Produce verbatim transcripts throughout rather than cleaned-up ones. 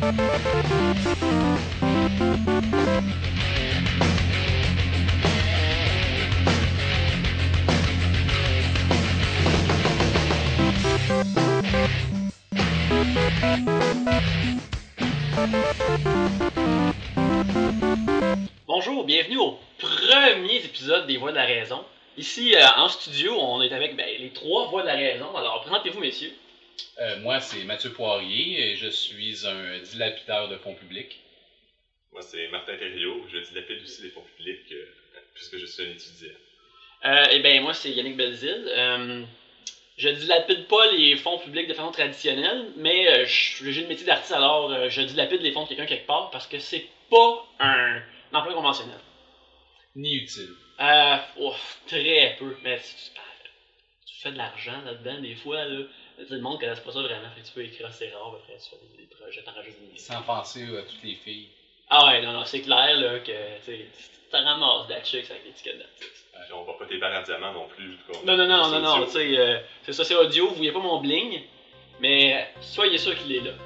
Bonjour, bienvenue au premier épisode des Voix de la Raison. Ici, euh, en studio, on est avec ben, les trois Voix de la Raison. Alors, présentez-vous, messieurs. Euh, moi, c'est Mathieu Poirier et je suis un dilapideur de fonds publics. Moi, c'est Martin Thériault. Je dilapide aussi les fonds publics euh, puisque je suis un étudiant. Euh, et bien, moi, c'est Yannick Belzile. Euh, je dilapide pas les fonds publics de façon traditionnelle, mais euh, j'ai le métier d'artiste, alors euh, je dilapide les fonds de quelqu'un quelque part parce que c'est pas un, un emploi conventionnel. Ni utile. Euh, ouf, très peu. Mais si tu, tu fais de l'argent là-dedans, des fois, là, le monde ne connaît pas ça vraiment. Fait que tu peux écrire assez rare, après tu fais des, des projets, t'enregistres des Sans penser à toutes les filles. Ah ouais, non, non, c'est clair là, que tu t'en ramasses de la chick avec l'étiquette d'artiste. Puis on voit pas tes barres à diamant non plus. Non, non, non, non, non, tu sais, euh, c'est ça, c'est audio, vous voyez pas mon bling, mais soyez sûr qu'il est là.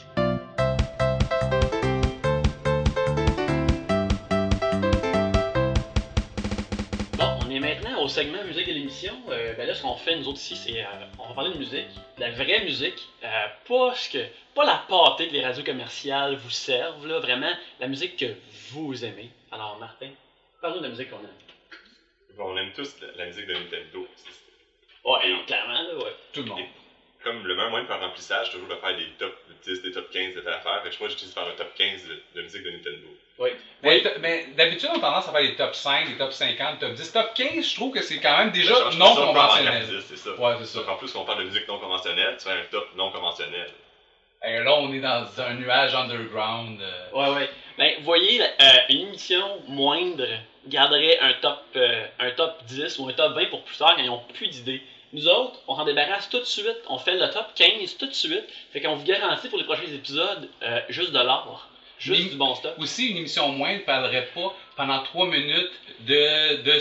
Bon, on est maintenant au segment musique de l'émission. Euh, ben là, ce qu'on fait, nous autres ici, c'est euh, on va parler de musique, de la vraie musique, euh, pas ce que, pas la pâtée que les radios commerciales vous servent, là, vraiment la musique que vous aimez. Alors, Martin, parle-nous de la musique qu'on aime. Bon, on aime tous la, la musique de Nintendo. Ouais, non, clairement, là, ouais. Tout le monde. Et comme le meilleur moyen de faire un remplissage, toujours de faire des top dix, des top quinze de telle affaire. Fait que moi, j'utilise faire un top quinze de, de musique de Nintendo. Oui. Mais, mais d'habitude, on a tendance à faire des top cinq, des top cinquante, top dix. Top quinze, je trouve que c'est quand même déjà Ben, non conventionnel. C'est ça. Ouais, c'est ça. Donc en plus, qu'on parle de musique non conventionnelle, tu fais un top non conventionnel. Et là, on est dans un nuage underground. Euh... Ouais, ouais. Ben, vous voyez, euh, une émission moindre garderait un top, euh, un top dix ou un top vingt pour plus tard quand ils n'ont plus d'idées. Nous autres, on s'en débarrasse tout de suite. On fait le top quinze tout de suite. Fait qu'on vous garantit pour les prochains épisodes euh, juste de l'art. Juste Une... du bon stuff. Aussi, une émission moindre ne parlerait pas pendant trois minutes de... de...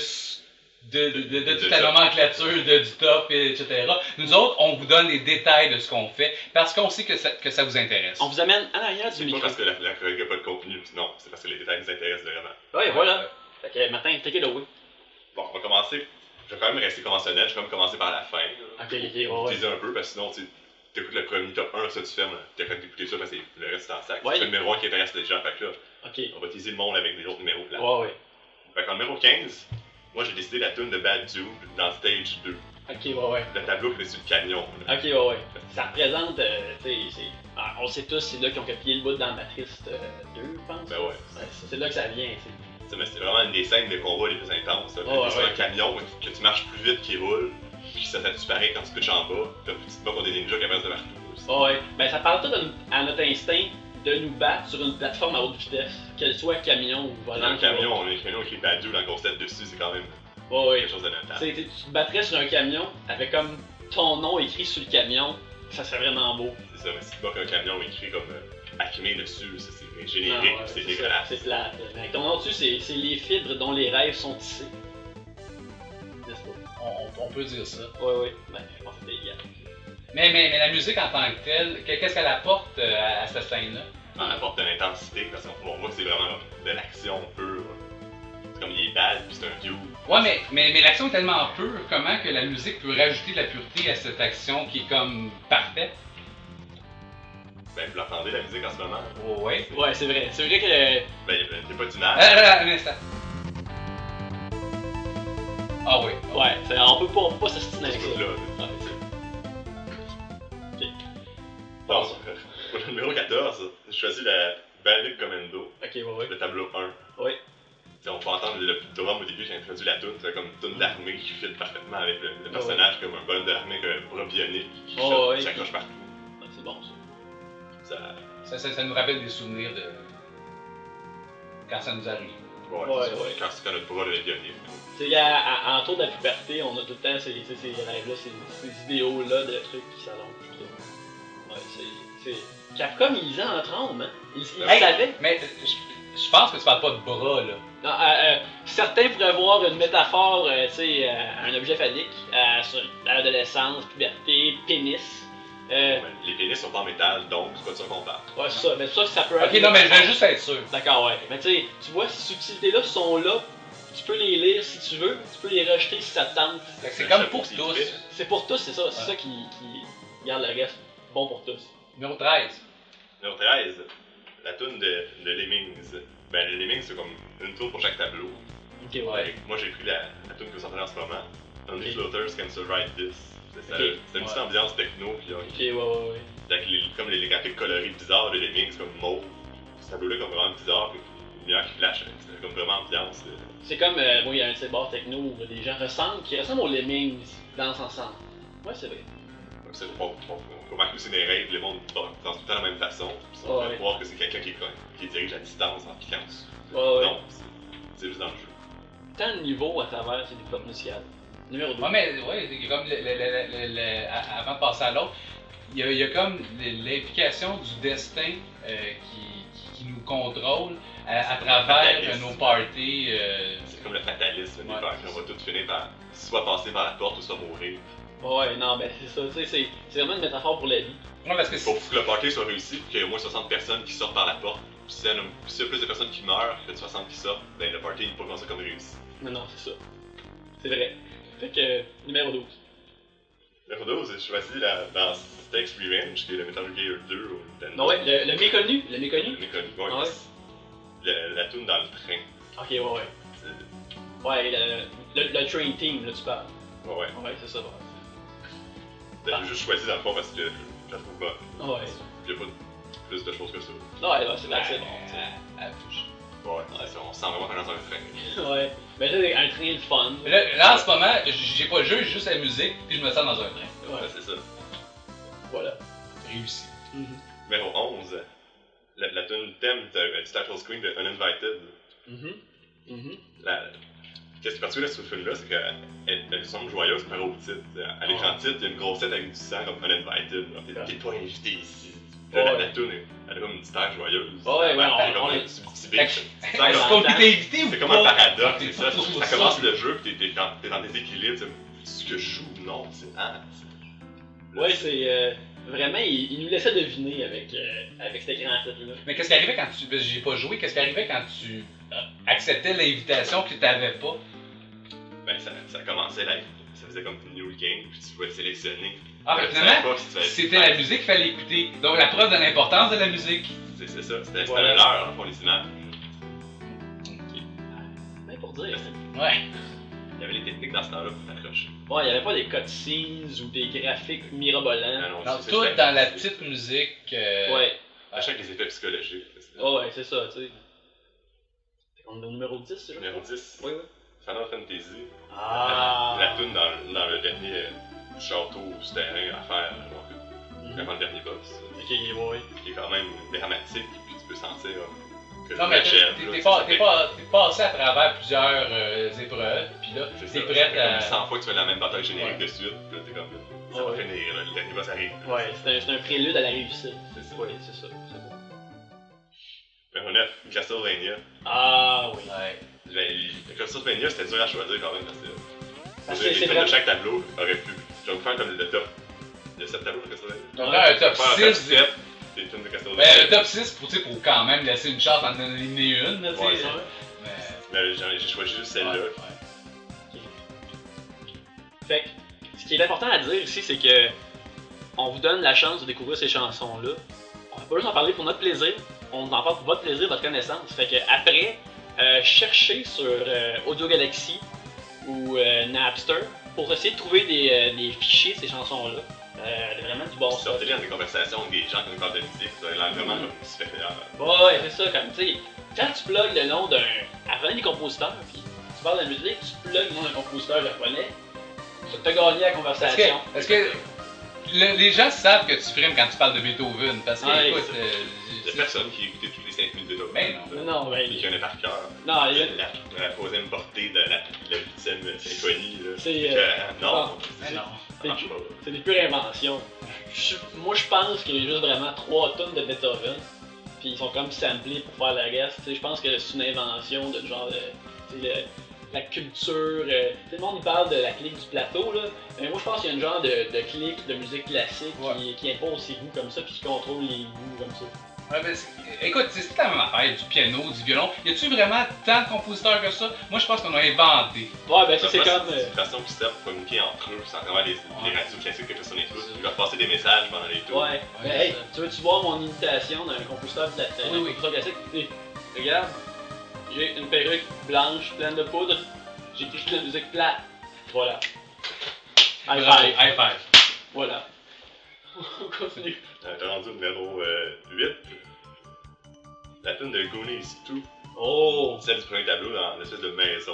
De, de, de, de, de toute la nomenclature, de, du top, et cetera. Nous autres, on vous donne les détails de ce qu'on fait parce qu'on sait que ça, que ça vous intéresse. On vous amène à l'arrière du C'est micro. pas parce que la, la chronique n'a pas de contenu, non, c'est parce que les détails nous intéressent vraiment. Ouais, Ouais, voilà. ouais. Fait que, Martin, take it away. Bon, on va commencer. Je vais quand même rester conventionnel, je vais quand même commencer par la fin. Là. Ok, ok, ouais, On va ouais. utiliser un peu parce que sinon, tu écoutes le premier top un, ça tu fermes, t'as quand même d'écouter ça parce que le reste c'est en sac. Ouais. C'est le numéro un qui intéresse les gens, fait que là, Ok. on va utiliser le monde avec les autres numéros là. Ouais, ouais. Fait qu'en numéro quinze, moi j'ai décidé la tune de Bad Dude dans Stage deux. Ok, ouais, ouais. Le tableau qui est sur le camion. Là. Ok, ouais, ouais. Ça représente, euh, tu sais, c'est... Ah, on sait tous, c'est là qu'ils ont copié le bout dans Matrice euh, deux, je pense. Ben ouais. Ouais, c'est là que ça vient, tu sais. C'est, mais c'est vraiment une des scènes de combat les plus intenses. Là. Oh, T'es sur ouais. un camion, que tu marches plus vite qu'il roule, puis ça fait disparaître quand tu pitches en bas, puis tu te bats contre des ninjas qui apparaissent de partout. Aussi. Oh, ouais. Ben, ça parle tout de- à notre instinct de nous battre sur une plateforme à haute vitesse, qu'elle soit camion ou volant. Dans le camion, on a un camion écrit Bad Dude en grosse tête dessus, c'est quand même Oh, ouais. quelque chose de notable. Tu sais, tu te battrais sur un camion avec comme ton nom écrit sur le camion, ça serait vraiment beau. C'est ça, mais si tu bats qu'un camion écrit comme euh, Acme dessus, ça c'est Non, générique, ouais, c'est ça, dégueulasse. C'est plate. Mais avec ton nom dessus, c'est, c'est les fibres dont les rêves sont tissés. N'est-ce pas? On, on peut dire ça. Ouais, ouais. Ben, je pense que c'est égal. Mais, mais, mais la musique en tant que telle, que- qu'est-ce qu'elle apporte euh, à, à cette scène-là? On apporte de l'intensité, parce qu'on voit que c'est vraiment de l'action pure. C'est comme il est bad, puis c'est un dude. Ouais, mais, mais, mais l'action est tellement pure, comment que la musique peut rajouter de la pureté à cette action qui est comme parfaite? Ben, vous l'entendez la musique en ce moment? Oh, ouais. Ouais, c'est vrai. C'est vrai que. Ben, il n'y a pas Ah, d'image. là, là, un instant. Ah oui. Ouais, c'est- on peut pas, on peut pas s'astiner avec Ce ça. truc-là. Ouais, c'est- Ok. Bon, Bon, pour le numéro quatorze, j'ai choisi la Bionic Commando, ok, ouais, ouais. le tableau un. Ouais. T'sais, on peut entendre le drum au début quand j'ai introduit la tune, c'est comme une tune d'armée qui fit parfaitement avec le, le personnage, comme un bonhomme d'armée avec un bras bionique qui, Oh, shot, ouais, qui s'accroche partout. Ouais, c'est bon ça. Ça, Ça, ça, ça nous rappelle des souvenirs de. Quand ça nous arrive. ouais, Ouais, c'est ça. ouais. Quand, quand notre bras est bionique. Tu sais, à, à, en tour de la puberté, on a tout le temps ces, ces, ces rêves-là, ces, ces idéaux-là de trucs qui s'allongent. tout ça. Ouais, c'est. c'est... Capcom, ils en tremblent, hein. Ils, ils Hey, savaient. Mais je, je pense que tu parles pas de bras, là. Non, euh, euh, certains pourraient voir une métaphore, euh, tu sais, euh, un objet phallique, euh, sur à l'adolescence, puberté, pénis. Euh, Ouais, les pénis sont pas en métal, donc c'est pas de ça qu'on parle. ouais, c'est ça. Mais ça, ça peut Ok, non, mais je veux juste être sûr. D'accord, ouais. Mais tu sais, tu vois, ces subtilités-là sont là. Tu peux les lire si tu veux. Tu peux les rejeter si ça te tente. Fait que c'est Un comme chapeau pour qui tous. fait. C'est pour tous, c'est ça. C'est Ouais. ça qui, qui garde le reste bon pour tous. Numéro treize. Numéro treize, la tune de, de Lemmings. Ben, les Lemmings, c'est comme une tour pour chaque tableau. Ok, ouais. Ouais. Moi, j'ai pris la, la tune que vous entendez en ce moment. Only Ok. Floaters Can Survive This. C'est ça, Ok. c'est une petite Ouais. ambiance techno, puis Ok, ouais, ouais, ouais. avec les, comme les, les graphiques colorés bizarres de Lemmings, comme mauve. Ce tableau-là, comme vraiment bizarre, puis une lumière qui flash. C'est comme vraiment ambiance. euh, C'est comme, euh, bon, il y a un de ces bars techno où les gens ressemblent, qui ressemblent aux Lemmings, dansent ensemble. Ouais, c'est vrai. Comme ça, on, on, on remarque aussi des règles, le monde danse tout le temps de la même façon. Puis on Ouais. peut croire que c'est quelqu'un qui, qui dirige à distance en piquant dessus. Ouais, ouais. Non, c'est- c'est juste dans le jeu. Tant de niveaux à travers ces développements musicales. Numéro deux. Ouais, mais ouais, il y a comme le, le- le- le- le- a- avant de passer à l'autre, il y, a, il y a comme l'implication du destin euh, qui, qui, qui nous contrôle à, à travers fatalisme. nos parties. euh, C'est comme le fatalisme des Ouais. peurs, on va tous finir par soit passer par la porte ou soit mourir. Ouais, non, ben c'est ça, tu sais, c'est- c'est vraiment une métaphore pour la vie. Ouais, parce que Il faut c'est. que le party soit réussi, puis qu'il y ait au moins soixante personnes qui sortent par la porte. Puis s'il y, en a- s'il y a plus de personnes qui meurent que de soixante qui sortent, ben le party n'est pas commencé comme réussi. Non, non, c'est ça. C'est vrai. Fait que, numéro douze. Numéro douze, j'ai choisi la, dans Stakes Revenge, qui est le Metal Gear deux au Nintendo. Non, ouais, le, le méconnu, le Le méconnu. méconnu. Ouais, Ah ouais. le- la tune dans le train. Ok, ouais, ouais. C'est- Ouais, le, le, le train team, là, tu parles. Ouais, ouais. Ouais, c'est ça, ouais. Ben, J'ai juste choisi dans le fond parce que je la trouve bonne. Ouais. Il n'y a pas plus de choses que ça. Non, ouais, ouais, c'est vrai que c'est bon, tu sais. à- à touche. Ouais, c'est ça, on se sent vraiment qu'on est dans un train. Ouais. Mais là, un train de fun. Mais là, là, en ce moment, j'ai pas le jeu, j'ai juste la musique, puis je me sens dans un train. Ouais, Ouais, c'est ça. voilà. Réussi. Mhm. Numéro onze, la, la tune thème de- du title screen de Uninvited. Mhm. Mhm. La- Qu'est-ce qui est particulier sur ce film-là, c'est qu'elle elle semble joyeuse par au titre. À l'écran titre, il y a une grosse tête avec du sang comme Uninvited. Alors, T'es t'es pas invité ici. Là, la, Ouais. la tune, elle a comme une petite air joyeuse. Ouais, ouais, Elle on- est comme on un est- petit petit Fait big. que- Ça Est-ce sent qu'on comme- qu'on peut t'inviter ou C'est pas? comme un paradoxe, T'es c'est pas ça. pour Ça ça. commence le jeu, pis t'es t'es dans, t'es dans des équilibres. tu sais, Ce que je joue, non, c'est. Ah, c'est- là, Ouais, c'est. euh, vraiment, il, il nous laissait deviner avec, euh, avec cet écran titre-là. Mais qu'est-ce qui arrivait quand tu. parce que J'ai pas joué, qu'est-ce qui arrivait quand tu euh, acceptais l'invitation que t'avais pas? Ben, ça, ça commençait là. Ça faisait comme une new game, puis tu pouvais sélectionner. Ah, Tu mais savais finalement, pas si tu allais- c'était la musique qu'il fallait écouter. Donc la preuve de l'importance de la musique. C'est c'est ça, c'était c'était Voilà. un leurre pour les images. Mais pour dire. Ouais. Il y avait les techniques dans ce temps-là pour t'accrocher. Bon, il n'y avait pas des cutscenes ou des graphiques mirobolants. Ah non, Dans, c'est- tout c'est- dans la c'est- petite musique. euh, Ouais. À chaque les effets psychologiques. c'est- Oh, ouais, c'est ça, tu sais. On est au numéro dix, c'est Numéro dix, Oui, oui. Final Fantasy. Ah. La tune dans, le- dans le dernier euh, château souterrain à faire, donc, Mhm. vraiment le dernier boss. Ok, ouais. Qui est quand même dramatique, puis tu peux sentir euh, que Non, tu mais l'achèves, t'es là, t'es tu pas, sais, t'es ça pas, t'es passé à travers plusieurs euh, épreuves, puis là, fait- c'est t'es ça, prête ça fait à. comme cent fois que tu fais la même bataille générique Ouais. de suite, puis là t'es comme, ça Ouais. va finir, là, le dernier boss arrive. Ouais, c'est un, c'est un prélude à la réussite. C'est ça. Ouais, c'est ça. C'est bon. Numéro neuf, Castlevania. Ah, oui. Ouais. Ben, Castlevania, c'était dur à choisir quand même, parce que Parce les que c'est tunes vraiment. de chaque tableau aurait pu. Je vais vous faire comme le top. Il y a sept tableaux de Castlevania. Donc là, un top Faire un top six. sept des tunes de Ben, Castlevania. le top six, pour, tu sais, pour quand même laisser une chance d'en donner une, là, tu sais. Ouais. ça. Mais. Mais j'en ai- j'ai choisi juste celle-là. Ouais, ouais. Fait que, ce qui est important à dire ici, c'est que on vous donne la chance de découvrir ces chansons-là. On va pas juste en parler pour notre plaisir, on en parle pour votre plaisir, votre connaissance. Fait que après, euh, cherchez sur euh, Audio Galaxy ou euh, Napster pour essayer de trouver des, euh, des fichiers de ces chansons-là. Euh, vraiment du bon stuff. Sortez-les dans des conversations avec des gens qui nous parlent de musique, ça a l'air vraiment comme supérieur. Ouais, c'est ça, comme tu sais, quand tu plugues le nom d'un. Avant des compositeurs, puis tu parles de la musique, tu plugues le nom d'un compositeur japonais, ça t'a gagné la Est-ce conversation. que, est-ce que le- les gens savent que tu frimes quand tu parles de Beethoven? Parce que, Ouais, écoute, c'est- euh, Il y a c'est- personne qui a écouté toutes les cinq minutes de Beethoven. Ben non. Non, non, ben. Puis qui en est par cœur. Non, La, il y a- la, la troisième portée de la, la huitième symphonie, là. C'est, C'est euh, que, non, non. Ben non. ça marche pas. c'est des pures inventions. Je- moi, je pense qu'il y a juste vraiment trois tonnes de Beethoven, puis ils sont comme samplés pour faire la reste. Tu sais, je pense que c'est une invention de genre de. Tu sais, le- la culture. Euh, tout le monde il parle de la clique du plateau, là. Mais moi, je pense qu'il y a une genre de, de clique de musique classique Ouais. qui, qui impose ses goûts comme ça, puis qui contrôle les goûts comme ça. Ouais, ben, c'est- écoute, c'est toute la même affaire, du piano, du violon. Y a-tu vraiment tant de compositeurs que ça? Moi, je pense qu'on a inventé. Ouais, ben ça, c'est Moi, comme. C'est euh, une façon qui servent pour communiquer entre eux, sans travers les, les radios classiques que personne n'écoute. Ils leur passer des messages pendant les tours. Ouais, ben, Ouais, hey, ça. tu veux-tu voir mon imitation d'un compositeur, de la, d'un Oui, oui. compositeur classique? Hey, regarde, j'ai une perruque blanche pleine de poudre, j'écris de la musique plate. Voilà. High Bravo, five. high five. Voilà. On continue. Euh, T'as rendu au numéro euh, huit. La tune de Goonies deux. Oh! Celle du premier tableau dans l'espèce de maison.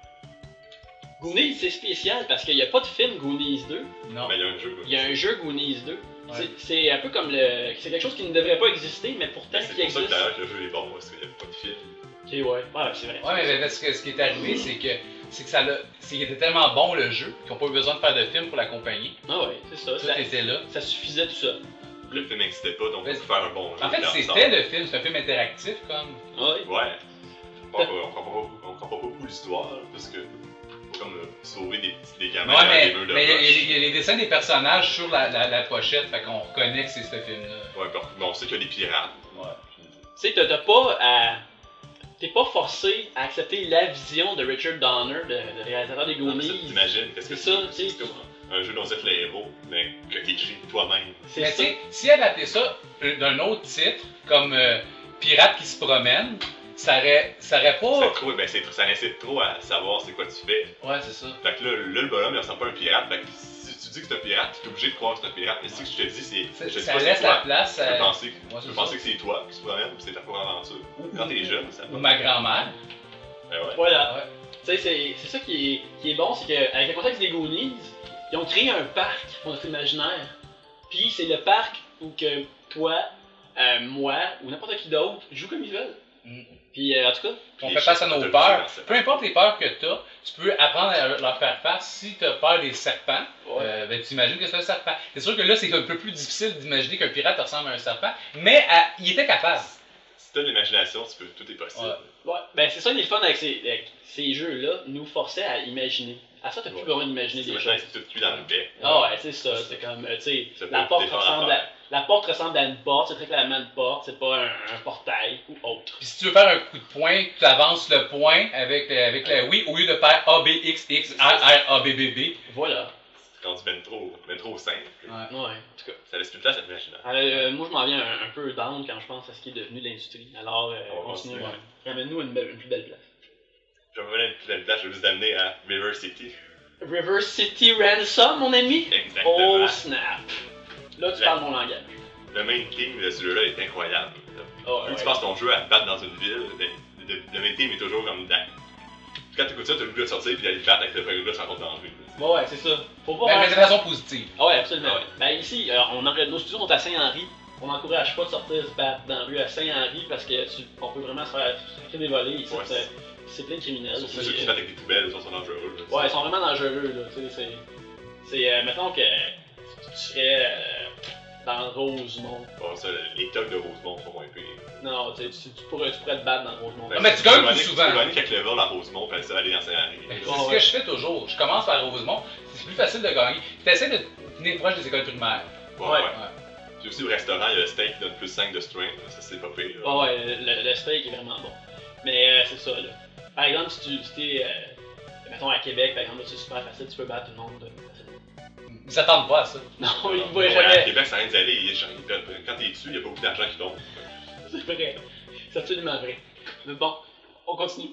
Goonies, c'est spécial parce qu'il n'y a pas de film Goonies deux. Non. Mais il y a un jeu. Il y a un jeu Goonies deux. Ouais. C'est- C'est un peu comme le. C'est quelque chose qui ne devrait pas exister, mais pourtant Ben, c'est qui pour ça que existe. d'ailleurs que le jeu est bon, parce qu'il n'y a pas de film. Ok, ouais. Ouais, c'est vrai. Ouais, mais parce que ce qui est arrivé, c'est que c'est que ça l'a. C'est qu'il était tellement bon le jeu qu'ils n'ont pas eu besoin de faire de film pour l'accompagner. Ah ouais, c'est ça. Tout Ça, était là. ça suffisait tout ça. Le film n'existait pas, donc on Mais- peut faire un bon jeu. En fait, dans c'était l'ensemble. le film, c'est un film interactif comme. Ouais. Ouais. On comprend pas- on comprend pas- on comprend pas beaucoup l'histoire, parce que faut comme euh, sauver des petits des gamins Ouais, dans mais des murs de mais il y a- roche. il y, a les dessins des personnages sur la, la, la pochette, fait qu'on reconnaît que c'est ce film-là. Ouais, mais on sait qu'il y a des pirates. Ouais. Tu sais, t'as t'as pas à. T'es pas forcé à accepter la vision de Richard Donner, de, de réalisateur des Non, mais ça, Goonies. t'imagines, qu'est-ce que C'est ça, tu sais. c'est comme un jeu dont vous êtes les héros, mais que t'écris toi-même. C'est Mais ça. tu sais, si elle appelait ça euh, d'un autre titre, comme euh, Pirate qui se promène, ça aurait, ça aurait C'est pas. trop, ben c'est, ça incite trop à savoir c'est quoi tu fais. Ouais, c'est ça. Fait que là, là, le bonhomme, il ressemble pas à un pirate. Fait que si tu dis que c'est un pirate, t'es obligé de croire que c'est un pirate. Mais si je te dis, c'est. Ça, je te dis ça pas c'est laisse toi, la place tu peux à. penser, Ouais, tu c'est peux ça. penser que c'est toi qui se promène, puis c'est ta propre aventure. Quand t'es jeune, ça Ou va. ma grand-mère. Ben ouais. Voilà. Ouais. Tu sais, c'est c'est ça qui est, qui est bon, c'est qu'avec le contexte des Goonies, ils ont créé un parc pour notre imaginaire. Puis c'est le parc où que toi, euh, moi, ou n'importe qui d'autre joue comme ils veulent. Mm. Puis euh, en tout cas, On Les fait face à chiens nos sont peurs. obligés dans ce Peu importe les peurs que t'as, tu peux apprendre à leur faire face. Si t'as peur des serpents, ouais. euh, ben, tu imagines que c'est un serpent. C'est sûr que là, c'est un peu plus difficile d'imaginer qu'un pirate ressemble à un serpent, mais à- il était capable. Si t'as de l'imagination, tu peux, tout est possible. Ouais. Ouais, ben c'est ça qui est le fun avec ces, avec ces jeux-là, nous forçaient à imaginer. À ça, t'as plus Ouais. besoin d'imaginer des Maintenant, choses. c'est tout cuit dans le bec. Ah ouais, c'est ça, c'est comme, euh, tu sais, Ça peut la porte défendre ressemble à, l'affaire. la porte ressemble à une porte, c'est très clairement une porte, c'est pas un, un portail ou autre. Puis si tu veux faire un coup de poing, tu avances le poing avec, euh, avec la Wii au lieu de faire A B X X R R A B B B. Voilà. C'est rendu ben trop, ben trop simple. Ouais. Ouais, en tout cas. Ça laisse plus de place à l'imaginaire. Euh, moi, je m'en viens un, un peu down quand je pense à ce qui est devenu l'industrie. Alors, euh, On va continue. continuer. ouais. Ramène-nous une, belle- une plus belle place. Je vais revenir à une plus belle place, je vais vous amener à River City. River City Ransom, mon ami? Exactement. Oh snap! Là, tu La- parles mon langage. Le main theme de celui-là est incroyable. Oh, Vu que ouais. tu passes ton jeu à te battre dans une ville, le, le, le main theme est toujours comme dans. Quand t'écoutes ça, t'as le goût de sortir puis d'aller te battre avec le premier gars qui se rencontre dans la rue. Bon, ouais, c'est ça. Faut pas Mais, faire mais de ça. façon positive. Ah ouais, absolument. Ah ouais. Ben ici, euh, on en- nos studios sont à Saint-Henri. On n'encourage pas de sortir se battre dans la rue à Saint-Henri parce que tu- on peut vraiment se faire se faire des volets ici. Ouais, c'est- c'est plein de criminels. Surtout Puis, ceux qui se euh, battent avec des poubelles, ils sont dangereux. là. Ouais, ils sont vraiment dangereux, là. Tu sais, c'est. C'est. Euh, mettons que tu serais euh, dans Rosemont. Bon, ça, les tocs de Rosemont sont moins pires. Non, tu, sais, tu, tu pourrais, tu pourrais te battre dans Rosemont. Ah, mais tu gagnes peux plus souvent. Tu peux gagner quelques levels à Rosemont puis ça aller dans Saint-Henri. C'est Ouais, ce ouais. que je fais toujours. Je commence par Rosemont, c'est plus facile de gagner. Tu essaies de tenir proche des écoles primaires. Ouais, Ouais. ouais. Ouais. Puis aussi au restaurant, il y a le steak qui donne plus cinq de strength, ça c'est pas pire. Ah ouais, le, le steak est vraiment bon. Mais euh, c'est ça, là. Par exemple, si tu si t'es, euh, mettons à Québec, par exemple, là, c'est super facile, tu peux battre tout le monde. euh, Ils s'attendent pas à ça. Non, ils ne Ouais, voient à jamais. Québec, ça rien d'y aller. il y a- Quand t'es dessus, il y a pas beaucoup d'argent qui tombe. C'est vrai. C'est absolument vrai. Mais bon, on continue.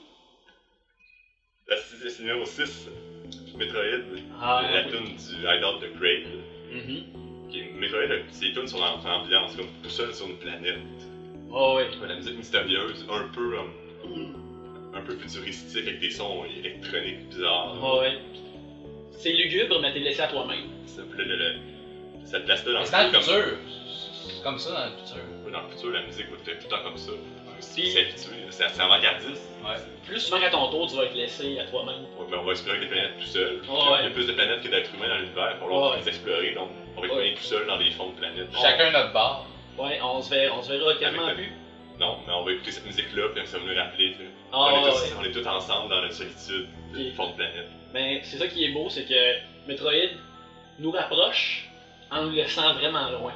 La c'est numéro six, Metroid, Ah, la oui. tune du Hideout de Kraid. Mhm. Qui est- Metroid, ces tunes sont en en ambiance, comme tout seul sur une planète. Oh, oui. La musique mystérieuse, un peu um, un peu futuristique avec des sons électroniques bizarres. Oh, oui. C'est lugubre, mais t'es laissé à toi-même. Ça, puis là, le, le- cette place-là dans Mais c'est dans le comme- futur. C'est comme ça dans le futur. Dans le futur, la musique va être tout le temps comme ça. Puis- C'est habitué, c'est c'est avant-gardiste. Ouais. Plus souvent qu'à ton tour, tu vas être laissé à toi-même. Ouais, mais on va explorer des planètes tout seul. Oh, ouais. Il y a plus de planètes que d'êtres humains dans l'univers, il va falloir Oh, ouais. les explorer, donc on va Ouais. explorer tout seul dans des fonds de planètes. Chacun notre barre. Ouais, on se verra, on se verra quasiment Avec plus. Non, mais on va écouter cette musique-là, puis ça va nous rappeler. Tu sais. Ah, on, est ouais, tous, ouais. on est tous ensemble dans notre solitude, Et- au fond de planète. Ben, c'est ça qui est beau, c'est que Metroid nous rapproche en nous laissant vraiment loin.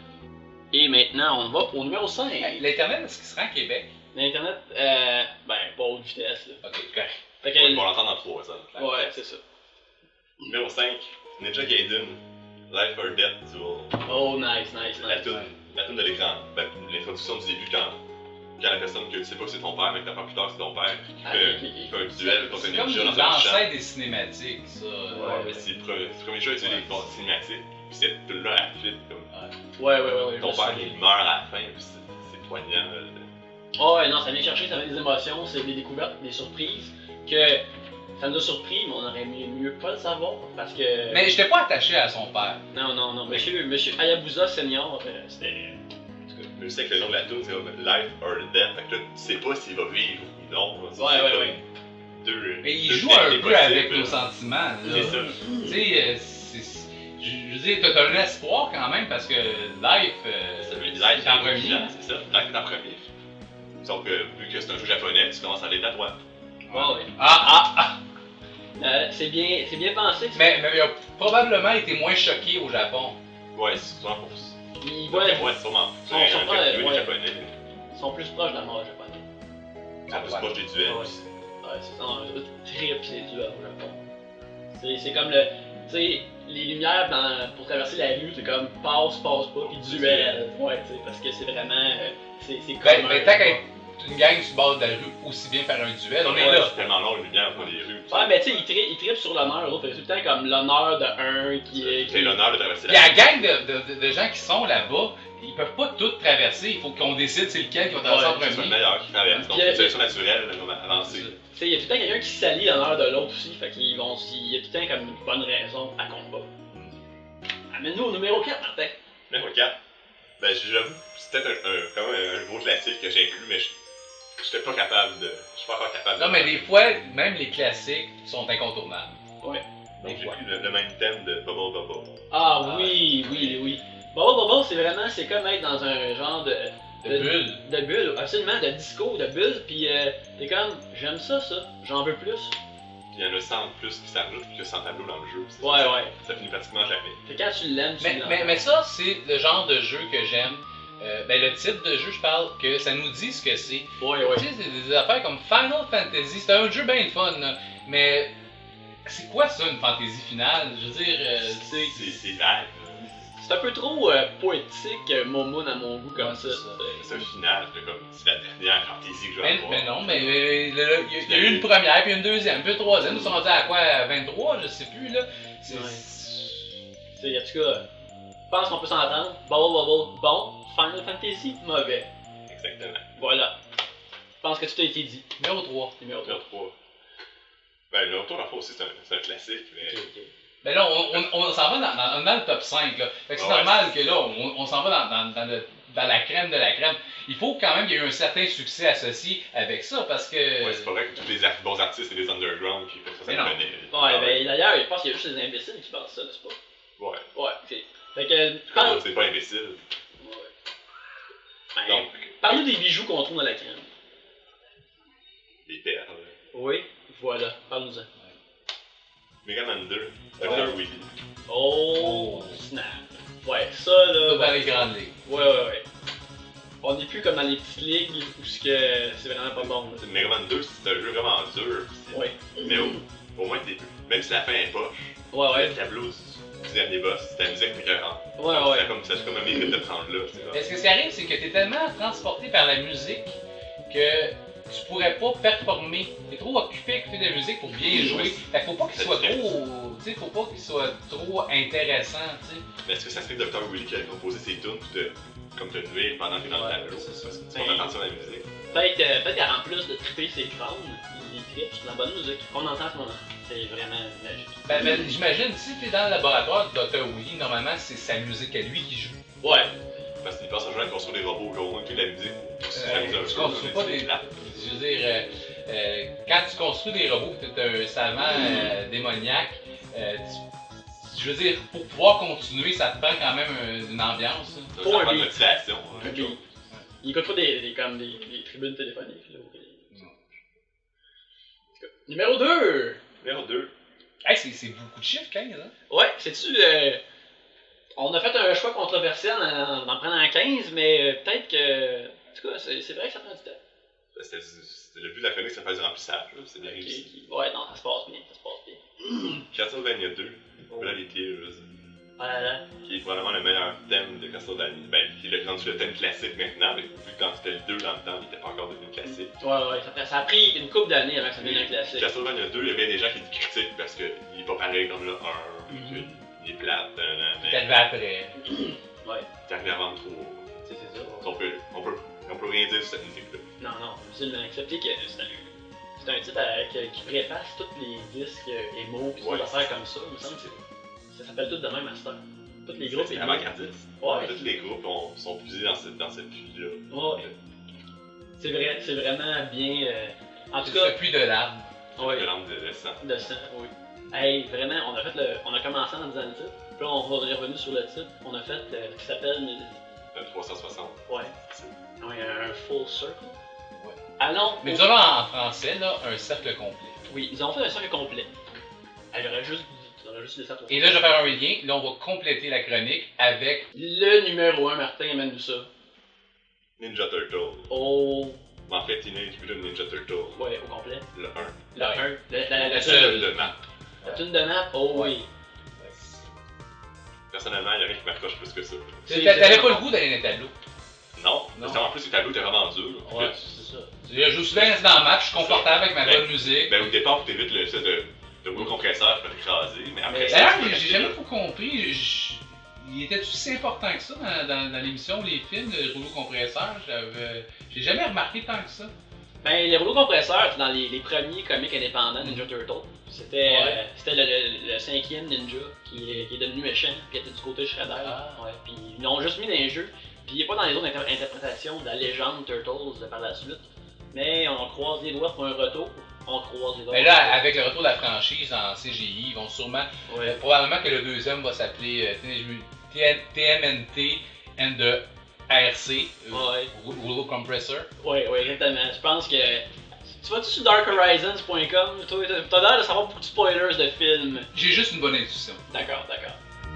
Et maintenant, on va au numéro cinq. Hey, L'Internet, est-ce qu'il se rend à Québec? L'Internet, euh, ben, pas haute vitesse, là. Ok, correct. Fait que, On va l'entendre dans trois ans. ouais, c'est ça. Numéro cinq, Ninja Gaiden, Life or Death Duel. Oh, nice, nice, La nice. toune, la toune de l'écran. Ben, l'introduction du début quand, quand la personne que tu sais pas que c'est ton père, mais que t'apprends plus tard que c'est ton père, qui Ah, fait, ok, ok. qui fait un duel contre un C'est comme ninja dans un champ. l'ancêtre des cinématiques, ça. Ouais, mais c'est le pre- c'est le premier jeu à utiliser les cinématiques, puis cette toune-là, elle fit comme. Ouais, ouais, ouais, ouais. Ton je père, sais. il meurt à la fin, puis c'est c'est poignant. là. Oh, ouais, non, ça vient chercher, ça vient des émotions, c'est des découvertes, des surprises, que ça nous a surpris, mais on aurait mieux, mieux pas le savoir, parce que... Mais j'étais pas attaché à son père. Non, non, non, monsieur, monsieur Hayabusa Senior, euh, c'était... Mais je sais que le nom de la toune, c'est comme Life or Death, fait que là, tu sais pas s'il va vivre ou non. C'est Ouais, ouais, comme ouais. Deux, Mais il deux joue finalités un peu possibles, avec là. nos sentiments. là. C'est ça. Tu sais, euh, c'est- je je veux dire, t'as t'as un espoir quand même parce que Life, euh, Ça veut dire c'est en premier. Life, c'est ça, Life est en premier. Sauf que vu que c'est un jeu japonais, tu commences à aller de la droite. Ouais, ouais. Ah, ah, ah! Euh, c'est bien, c'est bien pensé, ça. Mais, mais il a probablement été moins choqué au Japon. Ouais, c'est souvent pour ça. Ils, Ouais, ouais, ouais, sûrement. Sont- C'est sont un pas, jeu ouais. japonais. ils sont plus proches de la mort japonaise. C'est plus Ouais. proche des duels. Ouais. Ouais, c'est ça, on trip les duels au Japon. C'est, c'est comme le. Tu sais, les lumières dans, pour traverser la rue, c'est comme passe, passe pas, puis duel. Ouais, tu sais, parce que c'est vraiment. euh, C'est, c'est comme. Ben, ben tant qu'à être une gang sur le bord de la rue, aussi bien faire un duel, on mais est là. c'est tellement long, une lumière pour les rues. Ouais, mais tu sais, ils tri- ils trippent sur l'honneur, l'autre, c'est tout le temps comme l'honneur de un qui est. C'est l'honneur de traverser Puis la la rue. gang de, de, de- de gens qui sont là-bas, ils peuvent pas tous traverser, il faut qu'on décide c'est lequel qui va traverser en C'est le premier. meilleur qui traverse. Donc, Puis, c'est une euh, sélection naturelle, on va avancer. Tu sais, il y a tout le temps quelqu'un qui salit l'honneur de l'autre aussi, fait qu'ils vont. Il y a tout le temps comme une bonne raison à combat. Amène-nous au numéro quatre, Martin. Numéro quatre, ben j'avoue, c'est peut-être un, un, quand même un gros classique que j'ai inclus, mais je j'étais pas capable de. Je suis pas encore capable de. Non, mais des fois, même les classiques sont incontournables. Ouais. Donc des j'ai fois. pris le, le même thème de Bubble Bubble. Ah Ah, oui, oui, oui. Bubble Bubble, c'est vraiment, c'est comme être dans un genre de. De bulles. De bulle, absolument, de disco, de bulle, pis euh, t'es comme, j'aime ça, ça, j'en veux plus. Puis il y en a cent de plus qui s'ajoutent, puis il y a cent tableaux dans le jeu. c'est- Ouais, ça, ouais. Ça finit pratiquement jamais. Fait que quand tu l'aimes, tu Mais, l'aimes. mais, mais ça, c'est le genre de jeu que j'aime. Euh, ben, le type de jeu, je parle, que ça nous dit ce que c'est. Ouais, ouais. Tu sais, c'est des affaires comme Final Fantasy, c'est un jeu bien le fun, là. Mais c'est quoi ça, une fantasy finale? Je veux dire, euh, C'est C'est c'est vague. c'est un peu trop euh, poétique, euh, Momoun à mon goût, comme Ouais, ça. c'est ça. C'est un final, c'est comme c'est la dernière fantasy que je vais Mais, avoir. mais non, mais euh, le- le- il y, a- il y a eu une première, puis une deuxième, puis une troisième. Nous sommes rendus à quoi? À vingt-trois, je sais plus, là. C'est- Ouais. C'est, en tout cas, je pense qu'on peut s'entendre. Bubble Bubble, bon. Final Fantasy, mauvais. Exactement. Voilà. Je pense que tout a été dit. Numéro trois. Numéro trois. Numéro trois. Ben, le retour, dans le fond, aussi, c'est un, c'est un classique, mais. Ok, ok. Ben là, on, on, on s'en va dans, dans, dans le top cinq, là. Fait que c'est Ouais. normal que là, on, on s'en va dans, dans, dans, le- dans la crème de la crème. Il faut quand même qu'il y ait eu un certain succès associé avec ça, parce que... Ouais, c'est pas vrai que tous les art- bons artistes, c'est des underground qui font ça, Mais ça non. me connaît. Ouais, ben d'ailleurs, je pense qu'il y a juste des imbéciles qui pensent ça, n'est-ce pas? Ouais. Ouais, ok. Fait que, Comment parle... c'est pas imbécile. Ouais. Ben, Donc, parle-nous des bijoux qu'on trouve dans la crème. les perles. Oui, voilà, parle-nous-en. Mega Man deux, Ouais. docteur Wily. Oh, snap. Ouais, ça là. Tout dans ouais. les grandes ligues. Ouais, ouais, ouais. On n'est plus comme dans les petites ligues où ce que c'est vraiment pas bon. là. Mega Man deux, c'est un jeu vraiment dur. c'est- Ouais. Mais au, au moins, t'es- même si la fin est poche, Ouais, ouais. le tableau du, du dernier boss, c'est la musique écœurante. Ouais, Ça ouais. comme, ça fait comme un mérite de prendre là. c'est Mais ce que- ce qui arrive, c'est que tu es tellement transporté par la musique que tu pourrais pas performer. Tu es trop occupé à écouter de la musique pour bien jouer. Fait qu'il faut pas qu'il soit trop... Tu sais, faut pas qu'il soit trop intéressant, tu sais. Mais est-ce que ça serait docteur Wily qui a composé ses tunes pour te, comme te nuire pendant que t'es dans Ouais, le tableau? c'est ça. Parce que tu portes attention à la musique. Peut-être euh, peut-être qu'en plus de triper ses crânes, il tripe sur la bonne musique qu'on entend en ce moment. C'est vraiment magique. Ben, ben, j'imagine, si tu es dans le laboratoire du docteur Willy, normalement, c'est sa musique à lui qui joue. Ouais. Parce qu'il passe à jouer à construire des robots, au moins que la musique. Euh, s'amuser un tu peu, construis mais pas c'est des- plate. Je veux dire, euh, euh, quand tu construis des robots, tu es un savant euh, démoniaque, euh, tu- je veux dire, pour pouvoir continuer, ça te prend quand même euh, une ambiance. hein. Ça, Faut ça un prend de beat. motivation. hein. Ok. Ils écoutent pas des, des, comme des, des tribunes téléphoniques. Là, ou des... Non. Numéro deux! Numéro deux. Hey, c'est, c'est beaucoup de chiffres, quinze, hein? Ouais, sais-tu, euh, on a fait un choix controversial en, en prenant quinze, mais euh, peut-être que. En tout cas, c'est, c'est vrai que ça prend du temps. C'était, c'était le but de la chronique, c'est de faire du remplissage. Là. C'est bien Ok, réussi. ok. Ouais, non, ça se passe bien, ça se passe bien. Castlevania deux, voilà les Tears, Voilà. qui est probablement le meilleur thème de Castlevania. Ben, qui est rendu le thème classique maintenant, mais vu que quand c'était le deux dans le temps, il n'était pas encore devenu classique. Ouais, ouais, ça, ça a pris une couple d'années avant que ça devienne un classique. Castlevania deux, il y a bien des gens qui le critiquent parce qu'il est pas pareil comme le un, Mhm. il est plate, nan, nan, C'est mais arrivé après. Ouais, il est arrivé avant trop. c'est, c'est ça. On peut, on, peut, on peut rien dire sur cette musique-là. Non, non, absolument accepter que c'est un, c'est un type à- qui, qui préface tous les disques euh, émo pis Ouais, des affaires comme ça. Il me semble que c'est- ça s'appelle tout de même Master. Tous les groupes C'est émo. avant-gardiste. Ouais. Tous les groupes ont- sont puisés dans cette, dans cette puits-là. Ouais. C'est vrai, c'est vraiment bien. euh, En tout C'est cas, ce puits de larmes. ouais, De lampe de sang. de sang, oui. Hey, vraiment, on a fait le, on a commencé en disant le titre, puis là on est revenu sur le titre. On a fait euh, ce qui s'appelle, Le trois cent soixante. ouais, ouais, un full circle. Ouais. Allons. Mais au- nous avons en français, là, un cercle complet. Oui, ils ont fait un cercle complet. Elle aurait juste, j'aurais juste laissé ça pour Et là, je vais faire un lien. Là, on va compléter la chronique avec. Le numéro un, Martin, amène-nous ça. Ninja Turtle. Au. En fait, Teenage Mutant Ninja Turtle. Ouais, au complet. Le un. Le un. Le- la, la, la, Le tune- seul. de map. la tune de map, oh oui. Personnellement, il n'y a rien qui m'accroche plus que ça. C'est- T'a- T'avais c'est pas le bon. goût d'aller dans les tableaux. Non, Non. non. En plus, le tableau était vraiment dur. Ouais, Puis, c'est ça. Je joue souvent dans le match, je suis confortable avec ma Ben, bonne musique. Ben, au départ, tu évites le set de, de rouleau compresseur pour l'écraser, mais après Mais- ça. D'ailleurs, tu peux j'ai rester jamais là. trop compris. je- Il était-tu si important que ça dans, dans, dans l'émission, les films de rouleau compresseur? J'avais- J'ai jamais remarqué tant que ça. Ben, les rouleaux compresseurs, c'est dans les, les premiers comics indépendants Ninja Turtle. C'était Ouais. euh, c'était le, le- le cinquième ninja qui est, qui est devenu méchant, qui était du côté Shredder. Ah. Ouais, puis ils l'ont juste mis dans les jeux. Puis il n'est pas dans les autres inter- interprétations de la légende Turtles par la suite. Mais on croise les doigts pour un retour. On croise les doigts. Mais pour un là, retour. avec le retour de la franchise en C G I, ils vont sûrement. Ouais. euh, probablement que le deuxième va s'appeler euh, Teenage Mutant- T M N T and the R C, euh, Ouais. Rouleau Compressor. Ouais, ouais, exactement. Je pense que. Tu vas-tu sur dark horizons point com? Toi, t'as l'air de savoir beaucoup de spoilers de films. J'ai juste une bonne intuition. D'accord, d'accord.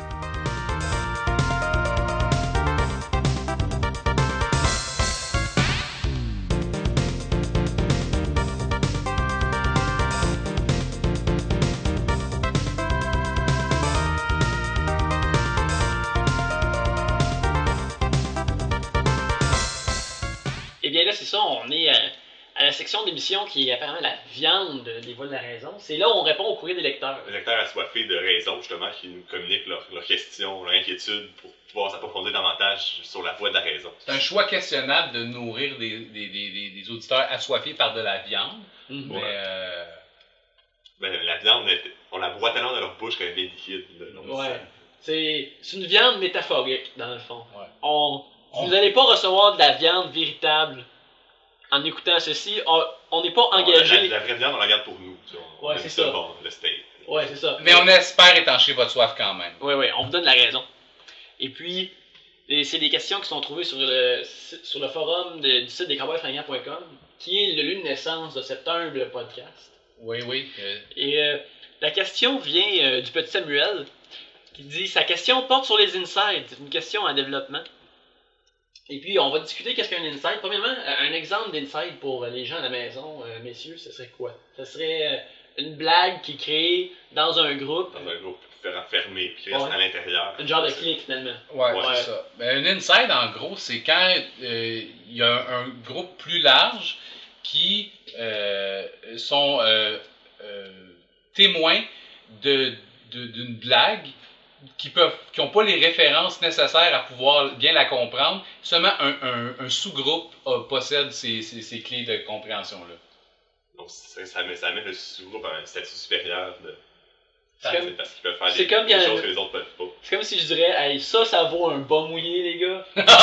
Eh bien là, c'est ça, on est euh, à la section d'émission qui est apparemment la viande des voix de la raison. C'est là où on répond au courrier des lecteurs. Les lecteurs assoiffés de raison, justement, qui nous communiquent leurs leurs questions, leurs inquiétudes pour pouvoir s'approfondir davantage sur la voie de la raison. C'est un choix questionnable de nourrir des, des, des, des, des auditeurs assoiffés par de la viande. Mhm. Mais euh, Ben, la viande, on la broie tellement dans leur bouche qu'elle devient liquide. là. Donc, Ouais. C'est c'est une viande métaphorique, dans le fond. Ouais. On, On- Vous n'allez pas recevoir de la viande véritable en écoutant ceci. On- On n'est pas on- engagé. La, la vraie viande, on la garde pour nous. tu sais, on Ouais, aime c'est ça. ça. Bon, le steak. Ouais, c'est ça. mais on espère étancher votre soif quand même. Oui, oui, on vous donne la raison. Et puis, et c'est des questions qui sont trouvées sur le, sur le forum de- du site des cowboys fringants point com, qui est le lieu de naissance de cet humble podcast. Oui, oui. euh, Et euh, la question vient euh, du petit Samuel, qui dit sa question porte sur les insides. C'est une question en développement. Et puis, on va discuter qu'est-ce qu'un inside. Premièrement, un exemple d'inside pour les gens à la maison, euh, messieurs, ce serait quoi? Ce serait euh, une blague qui est créée dans un groupe, Dans un groupe fermé, puis qui reste Ouais. à l'intérieur. une genre de clic finalement. Ouais, Ouais. c'est ça. Ben, un inside, en gros, c'est quand euh, il y a un, un groupe plus large qui euh, sont euh, euh, témoins de, de- d'une blague, qui peuvent, qui n'ont pas les références nécessaires à pouvoir bien la comprendre. Seulement un, un- un sous-groupe euh, possède ces, ces- ces clés de compréhension-là. Donc, ça, ça met, ça met le sous-groupe à un statut supérieur de. C'est C'est comme- parce qu'ils peuvent faire c'est des, comme des quand- choses que les autres peuvent pas. C'est comme si je dirais, hey, ça, ça vaut un bas mouillé, les gars.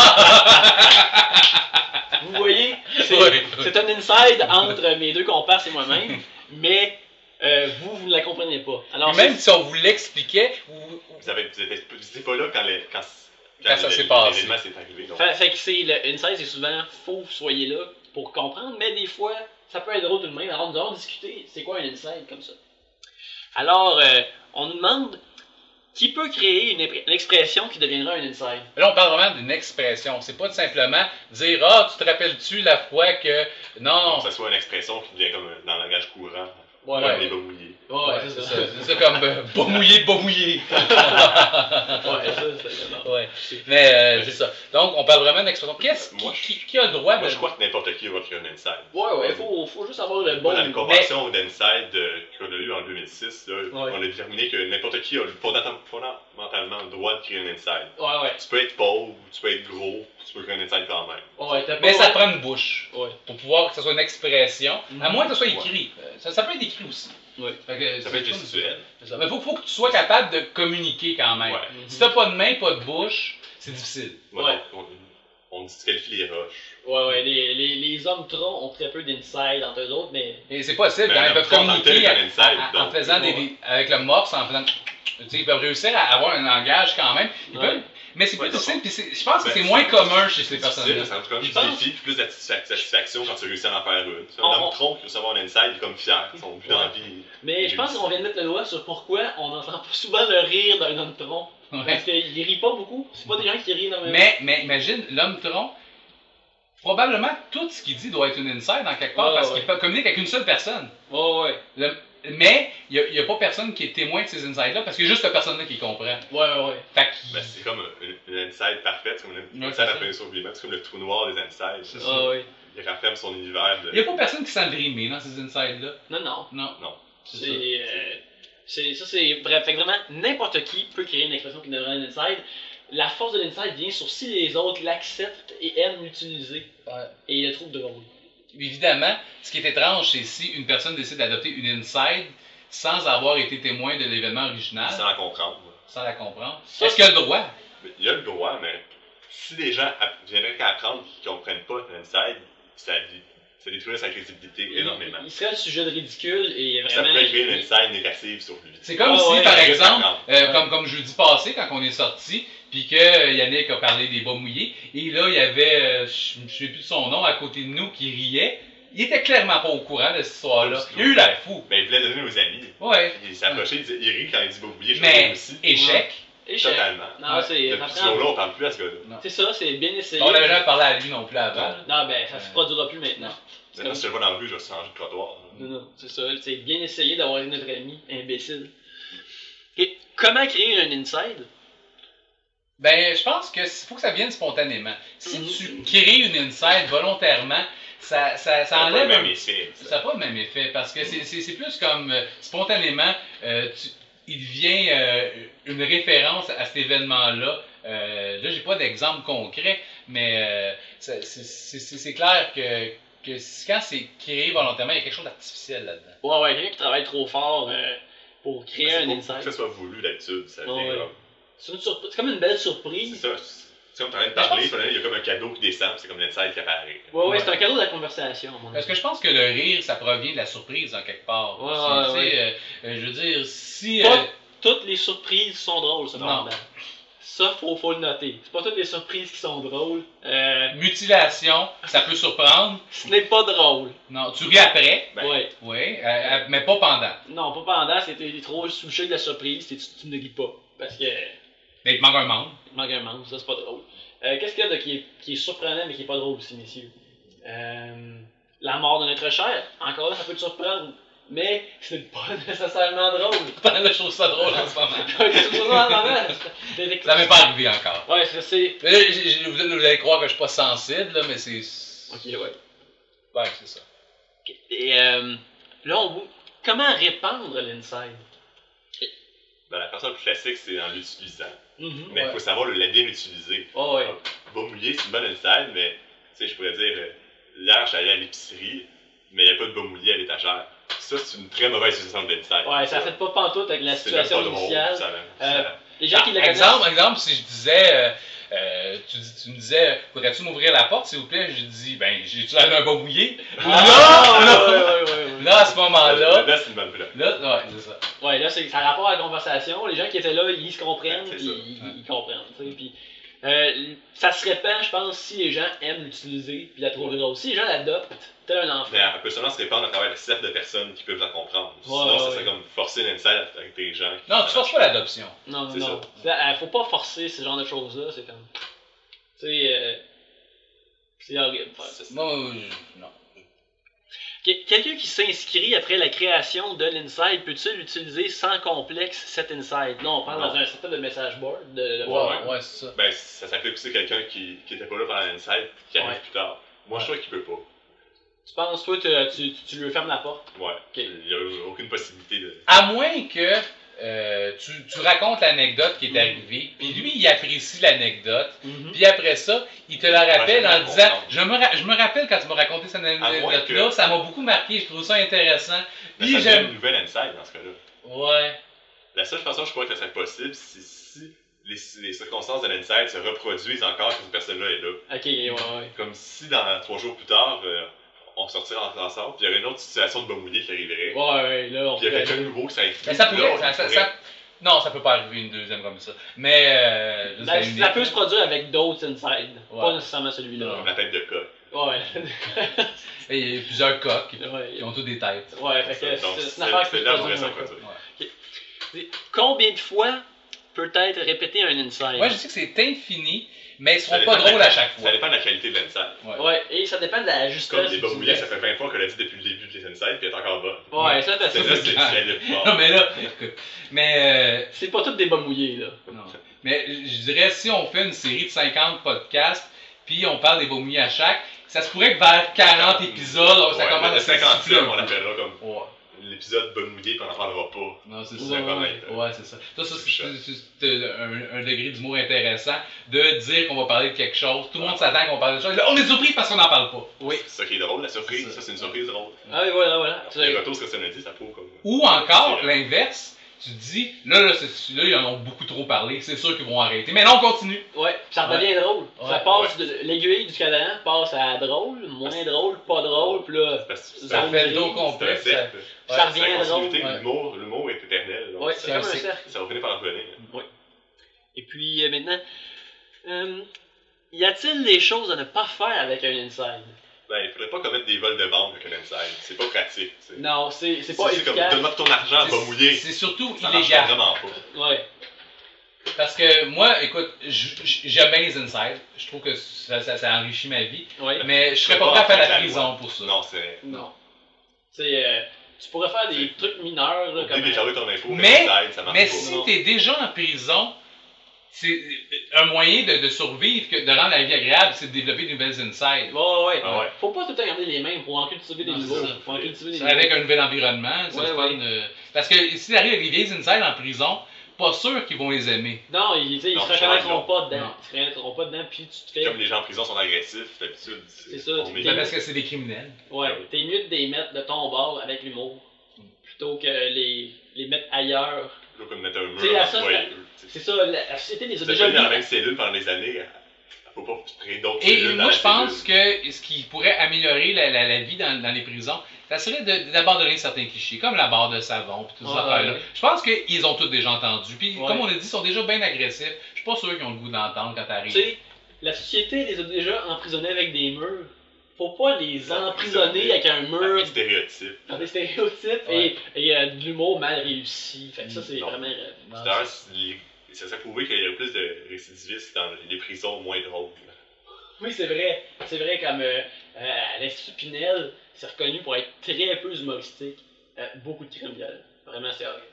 Vous voyez, c'est Ouais. c'est un inside entre mes deux comparses et moi-même, mais euh, vous, vous ne la comprenez pas. Alors, Et même c'est- si on vous l'expliquait, vous- Vous avez- vous êtes- vous étiez pas là quand, les- quand quand ça s'est le- passé. l'événement s'est arrivé. Donc, Fait, fait que c'est le inside, c'est souvent faut que vous soyez là pour comprendre, mais des fois, ça peut être drôle tout de même. Alors nous allons discuter, c'est quoi un inside comme ça. Alors, euh, on nous demande qui peut créer une, épr- une expression qui deviendra un inside. Là, on parle vraiment d'une expression. C'est pas simplement dire ah, tu te rappelles-tu la fois que. Non. que ce soit une expression qui vient comme dans le langage courant. Ouais, Comme ouais. les bas mouillés. Ouais, Ouais, c'est c'est ça. ça. C'est ça comme euh, pas mouillé, pas mouillé. Ouais, ça, c'est bon. Ouais. Mais euh, c'est ça. Donc, on parle vraiment d'expression. Qu'est-ce Moi, qui, qui, qui a le droit Moi, de. je crois que n'importe qui va créer un inside. Ouais, ouais, faut, faut juste avoir le bon. Moi, dans la convention d'Inside euh, qu'on a eue en deux mille six, là, Ouais. on a déterminé que n'importe qui a le fondam- fondamentalement le droit de créer un inside. Ouais, ouais. Tu peux être pauvre, tu peux être gros, tu peux créer un inside quand même. Ouais, t'as pas. Mais ça prend une bouche. Ouais. Pour pouvoir que ce soit une expression, à Mhm. moins que ce soit écrit. Euh, Ça, ça peut être écrit aussi. Ouais. Fait que Ça c'est peut être comme gestuel. C'est ça. Mais il faut, faut que tu sois capable de communiquer quand même. Ouais. Si t'as pas de main, pas de bouche, c'est difficile. Ouais, Ouais. On, on disqualifie les roches. Ouais, ouais, les, les, les hommes troncs ont très peu d'inside entre eux autres, mais. Et c'est possible, Ben, quand ils le peuvent front en communiquer tête, à- un inside, à- en donc. faisant des, Ouais. des- avec le morse, en faisant. Tu sais, ils peuvent réussir à avoir un langage quand même. Ils Ouais. peuvent- mais c'est plus Ouais, difficile, puis c'est- je pense que Ben, c'est c'est- moins commun chez ces C'est personnes-là. difficile, ça rend comme Je tu pense- défies, plus de satisfa- satisfaction quand tu réussis à en faire une. C'est un On- homme on- tronc qui veut savoir un inside, il est comme fier. Son but dans la vie. Mais je pense qu'on vient de mettre le doigt sur pourquoi on n'entend pas souvent le rire d'un homme tronc. Ouais. Parce qu'il rit pas beaucoup. C'est pas des gens qui rient dans le Mais, mais imagine, l'homme tronc, probablement tout ce qu'il dit doit être une inside en quelque part Ouais, parce ouais. qu'il peut communiquer avec une seule personne. Ouais, ouais. Le- mais il n'y a, a pas personne qui est témoin de ces insides-là parce qu'il y a juste cette personne-là qui comprend. Ouais, ouais, ouais. Fait qu'il- Ben, c'est comme une, une inside parfaite, c'est comme une Ouais, inside c'est à ça. plein sur lui-même, c'est comme le trou noir des insides. C'est ça. Ah, ouais. Il rafferme son univers. De... Il n'y a pas personne qui sent le rimer dans ces insides-là. Non, non. Non. Non. C'est C'est. ça. euh, c'est- ça, c'est. Bref, fait que vraiment, n'importe qui peut créer une expression qui devrait un inside. La force de l'inside vient sur si les autres l'acceptent et aiment l'utiliser. Ouais. Et le trouvent drôle. Évidemment, ce qui est étrange, c'est si une personne décide d'adopter une inside sans avoir été témoin de l'événement original, Sans la comprendre. sans la comprendre. Ça, Est-ce qu'il a le droit? Mais il y a le droit, mais si les gens app- viendraient qu'à apprendre qu'ils ne comprennent pas l'inside, ça, dé- ça détruirait sa crédibilité Il, énormément. il serait le sujet de ridicule et Ça vraiment. pourrait créer une inside négative sur lui. C'est comme Ah si, ouais, par juste exemple, apprendre. euh, comme, comme jeudi passé, quand on est sorti, puis que euh, Yannick a parlé des bas mouillés, et là, il y avait, euh, je ne sais plus de son nom, à côté de nous, qui riait. Il était clairement pas au courant de cette histoire-là. Il a eu l'air fou. Mais il voulait donner aux amis. Ouais. Il s'approchait, il, disait- il rit quand il dit boublier, je Mais, le aussi. échec. Échec. Totalement. Non, c'est. Depuis ça ce prend- jour-là, on parle plus à ce gars-là. C'est ça, c'est bien essayé. On n'avait jamais parlé à lui non plus avant. Non, ben, ça se Euh, produira plus maintenant. C'est Maintenant, comme- si je le vois dans la rue, je vais changer de trottoir. Non, non, c'est ça. C'est bien essayé d'avoir été notre ami imbécile. Et comment créer un inside? Ben, je pense que faut que ça vienne spontanément. Si Mhm. tu crées une inside volontairement, ça, ça, ça Ça n'a pas enlève le un même effet. Ça n'a pas le même effet parce que c'est- c'est c'est plus comme euh, spontanément, euh, tu- il devient euh, une référence à cet événement-là. Euh, là, j'ai pas d'exemple concret, mais euh, ça- c'est- c'est c'est- c'est clair que, que si- quand c'est créé volontairement, il y a quelque chose d'artificiel là-dedans. Ouais, ouais, quelqu'un qui travaille trop fort euh, pour créer C'est un pas pour que inside. ça soit voulu d'habitude. Ça Ouais, vient ouais. comme- C'est une surprise- c'est comme une belle C'est surprise. ça. C'est comme t'es en train de Mais je parler, pense- puis là, il y a comme un cadeau qui descend, puis c'est comme l'inside qui apparaît. Ouais, ouais, Ouais. c'est un cadeau de la conversation, à mon Parce avis. que je pense que le rire, ça provient de la surprise en quelque part. Ouais, aussi, ouais, tu sais, ouais. euh, euh, je veux dire, si... Pas euh, toutes les surprises sont drôles, cependant. Non. Ça, faut, faut le noter. C'est pas toutes les surprises qui sont drôles. Euh, mutilation, ça peut surprendre. ce n'est pas drôle. Non, tu ris après, Ben, Ouais. oui, euh, euh, mais pas pendant. Non, pas pendant, c'était trop souché de la surprise, et tu, tu ne ris pas. Parce que. Mais il te manque un membre. Il manque un membre, ça c'est pas drôle. Euh, Qu'est-ce qu'il y a de, qui, est, qui est surprenant mais qui est pas drôle aussi, messieurs? Euh, la mort de notre cher. Encore là, ça peut te surprendre. Mais ce n'est pas nécessairement drôle. Je trouve ça drôle en ce moment. Qu'est-ce que tu vois en moment? C'est- Ça m'est pas arrivé encore. Ouais, c'est- c'est. Mais là, j'ai- j'ai- vous, allez- vous allez croire que je suis pas sensible, là, mais c'est. Ok, ouais. Ouais, c'est ça. Ok. Et euh, là, on vous. Comment répandre l'inside? ben, la façon la plus classique, c'est en l'utilisant. Mhm. Mais il Ouais. faut savoir le, la bien utiliser. Oh, ouais. Bas mouillé, c'est une bonne inside, mais tu sais, je pourrais dire, euh, hier, je suis allé à l'épicerie, mais il n'y a pas de bas mouillé à l'étagère. Ça, c'est une très mauvaise utilisation de l'inside. Ouais, ça fait pas pantoute avec la C'est même situation pas drôle, initiale. ça- Euh, ça- Les gens qui le Ah, connaissent. exemple, exemple, si je disais. euh, euh, tu, dis- tu me disais, pourrais-tu m'ouvrir la porte, s'il vous plaît? J'ai dit, ben, j'ai-tu l'air d'un bas mouillé? Ah, là, là, ouais, ouais, ouais, ouais, ouais. là, à ce moment-là, Là, c'est une bonne blague. là, ouais, c'est ça. Ouais, là, c'est, ça a rapport à la conversation. Les gens qui étaient là, ils se comprennent, Ouais, c'est puis ça. ils, Ouais. ils comprennent. tu sais, Puis, Euh, ça se répand, je pense, si les gens aiment l'utiliser puis la trouvent drôle. Si les gens l'adoptent, t'es un enfant. Mais elle peut seulement se répandre à travers le cercle de personnes qui peuvent la comprendre. Ouais, Sinon, ouais, ça ouais. serait comme forcer une inside avec des gens. Qui Non, tu forces pas l'adoption. Non, C'est non. Ça, faut pas forcer ce genre de choses-là, c'est comme. Tu sais. Euh, c'est horrible. de faire ça. Moi, je- non. Que- Quelqu'un qui s'inscrit après la création de l'inside peut-il utiliser sans complexe cet inside? Là, on parle Non. dans un système de message board. De, de Ouais, forum. Ouais, c'est ça. Ben, ça s'applique aussi à quelqu'un qui, qui était pas là pendant l'inside qui arrive Ouais. plus tard. Moi, je trouve qu'il peut pas. Tu penses, toi, tu, tu, tu lui fermes la porte? Ouais. Ok. Il y a aucune possibilité de. À moins que euh, tu, tu racontes l'anecdote qui est Mhm. arrivée, puis lui, il apprécie l'anecdote, Mhm. puis après ça, il te la rappelle Ouais, en je disant comprends. je me, ra- je me rappelle quand tu m'as raconté cette moins anecdote-là, que- ça m'a beaucoup marqué, je trouve ça intéressant. Mais Puis ça devient j'aime. une nouvelle inside dans ce cas-là. Ouais. La seule façon que je pourrais que ça serait possible, c'est si les, les circonstances de l'inside se reproduisent encore que cette personne-là est là. Ok, ouais, ouais. Comme si dans trois jours plus tard, euh, on sortirait ensemble, puis il y aurait une autre situation de bas mouillé qui arriverait. Ouais, ouais, là, on Puis il y a pourrait- quelqu'un de nouveau qui s'inscrit. Mais ça puis pourrait. là, ça- il ça- pourrait- ça- Non, ça peut pas arriver une deuxième comme ça. Mais. Euh, Ben, c'est ça unique, peut là. se produire avec d'autres inside, Ouais. pas nécessairement celui-là. Comme la tête de coq. Ouais. Et il y a plusieurs coqs ouais. qui ont tous des têtes. Ouais, fait que Donc, c'est c'est une affaire qui peut se celle-là produire. pourrait dans un s'en cas. produire. Combien de fois peut être répété un inside? Moi, je dis que c'est infini, mais ils Ça seront pas dépend de drôles la- à chaque Ça fois. dépend de la qualité de l'inside. Ouais. Ouais, et ça dépend de la Comme justesse. les bas mouillés, utilisée. ça fait vingt fois qu'on l'a dit depuis le début de l'inside, puis elle est encore bonne. Ouais, ça fait ça. C'est là, c'est Ah. c'est le fort. Non, mais là, écoute. Mais. C'est pas tous des bas mouillés, là. euh, non. Mais je dirais, si on fait une série de cinquante podcasts, puis on parle des beaux mouillés à chaque, ça se pourrait que vers quarante épisodes, ça Ouais, commence le à se cinquantième, siffler un on peu. l'appellera comme Ouais. l'épisode bas mouillé, puis on n'en parlera pas. Non, c'est C'est ça. pas Ouais, mal. ouais, c'est ça. Ça, ça, c'est C'est c'est- c'est un, un degré d'humour intéressant de dire qu'on va parler de quelque chose. Tout le monde s'attend qu'on parle de chose. Là, on est surpris parce qu'on n'en parle pas. Oui. C'est ça qui est drôle, la surprise. C'est ça. Ça, c'est une surprise drôle. Ah oui, voilà, voilà. Tu Les sais, retours, ce que ça nous dit, ça faut comme. Ou encore, C'est- l'inverse, tu te dis, là, là, c'est- là, ils en ont beaucoup trop parlé, c'est sûr qu'ils vont arrêter. Mais non, on continue. ouais, ça Ouais. devient drôle. Ça Ouais, passe de l'aiguille du cadran passe à drôle, moins drôle, pas drôle, puis là, Parce que c'est Ça Ça un fait le dos c'est c'est complet. un Ça, cercle. ça ouais, revient C'est la drôle. continuité, Ouais. l'humour, l'humour est éternel. donc Ouais, ça- c'est comme un c'est- cercle. Ça va finir par revenir. Et puis euh, maintenant, euh, y a-t-il des choses à ne pas faire avec un inside? Ben, il faudrait pas commettre des vols de banque avec un inside. C'est pas pratique. tu sais. Non, c'est c'est Si pas c'est comme, efficace. donne-moi ton argent, va mouiller. c'est surtout Ça marche illégal. vraiment pas. Ouais. Parce que moi, écoute, j- j- j'aime bien les insides. Je trouve que ça, ça, ça enrichit ma vie. Ouais. Mais je serais C'est pas pas prêt à faire en fait la la prison pour ça. Non, c'est. Non. C'est euh, tu pourrais faire des trucs mineurs là, Oublie comme de déclarer ton impôt, Mais- mais inside, ça marche Mais pas. si Non. t'es déjà en prison, c'est un moyen de, de survivre, que de rendre la vie agréable, c'est de développer de nouvelles insides. Ouais, ouais. Ah ouais. Faut pas tout le temps garder les mêmes pour en cultiver des Non, c'est nouveaux. ça. Faut en cultiver des C'est nouveaux. avec un nouvel environnement, c'est Ouais, le fun. ouais. euh, parce que si t'arrives avec des vieilles insides en prison, pas sûr qu'ils vont les aimer. Non, ils, tu sais, ils Non, se c'est reconnaîtront vrai, pas dedans. non. Ils se reconnaîtront pas dedans, puis tu te fais. Comme les gens en prison sont agressifs, d'habitude. C'est ça, on tu met- t'es- Parce que c'est des criminels. Ouais, t'es mieux de les mettre de ton bord avec l'humour plutôt que les, les mettre ailleurs. Plutôt que de mettre un mur Tu sais, la entre seule- toi et eux. tu sais. C'est ça, la, la société les a Si déjà t'as pas dans la mis. même cellule pendant des années, elle faut pas créer d'autres Et cellules dans moi, la je pense cellule. que ce qui pourrait améliorer la, la, la vie dans, dans les prisons, ça serait de- d'abandonner certains clichés, comme la barre de savon, puis toutes ces Ouais, affaires-là. ouais. Je pense qu'ils ont tous déjà entendu. Puis, Ouais. comme on a dit, ils sont déjà bien agressifs. Je suis pas sûr qu'ils ont le goût d'entendre quand Tu t'arrives. sais, la société les a déjà emprisonnés avec des murs. Faut pas les emprisonner avec un Avec mur, des stéréotypes. dans des stéréotypes Ouais. et, et euh, de l'humour mal réussi. Fait que ça, c'est Non. vraiment. euh, Non, D'ailleurs, les- ça s'est prouvé qu'il y aurait plus de récidivistes dans les prisons moins drôles. Oui, c'est vrai. C'est vrai, comme euh, euh, à l'Institut Pinel, c'est reconnu pour être très peu humoristique. Euh, beaucoup de criminels. Vraiment, c'est horrible.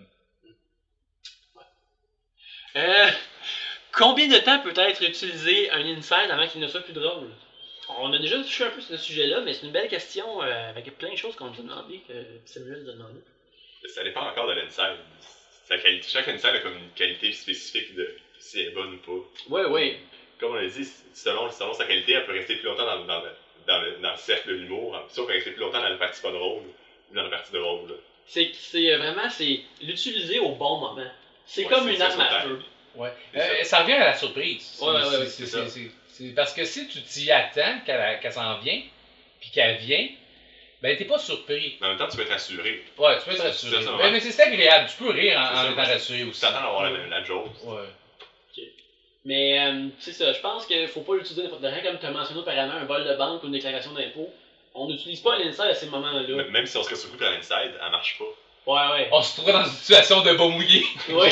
Ouais. Euh, combien de temps peut être utilisé un inside avant qu'il ne soit plus drôle? On a déjà touché un peu sur ce sujet-là, mais c'est une belle question euh, avec plein de choses qu'on nous a demandé, que Samuel nous a demandé. Ça dépend encore de l'inside. Sa qualité- Chaque inside a comme une qualité spécifique de si elle est bonne ou pas. Ouais, ouais. Comme on l'a dit, selon, selon sa qualité, elle peut rester plus longtemps dans, dans, le, dans, le, dans le cercle de l'humour. Ça, elle peut rester plus longtemps dans la partie pas drôle ou dans la partie drôle. là. C'est c'est, euh, vraiment c'est l'utiliser au bon moment. C'est Ouais, comme c'est une ça, arme son à timing. feu. Ouais. C'est Euh, ça revient à la surprise. Ouais, ouais, C'est- ouais, c'est- c'est ça. c'est- c'est- c'est parce que si tu t'y attends qu'elle qu'elle s'en vient, puis qu'elle vient, ben t'es pas surpris. Mais en même temps, tu peux être rassuré. Ouais, tu peux être C'est- rassuré. c'est ça, Mais, ouais. mais c'est agréable, tu peux rire en, C'est en ça, étant ouais. rassuré Tu aussi. t'attends à avoir Ouais. la, la joke. Ouais. Mais euh, c'est ça, je pense qu'il faut pas l'utiliser n'importe quoi, comme tu as mentionné auparavant, un bol de banque ou une déclaration d'impôt. On n'utilise pas l'inside à ces moments-là. M- Même si on se casse le cou par l'inside, elle marche pas. Ouais, ouais. On se trouve dans une situation de bas mouillé. Oui.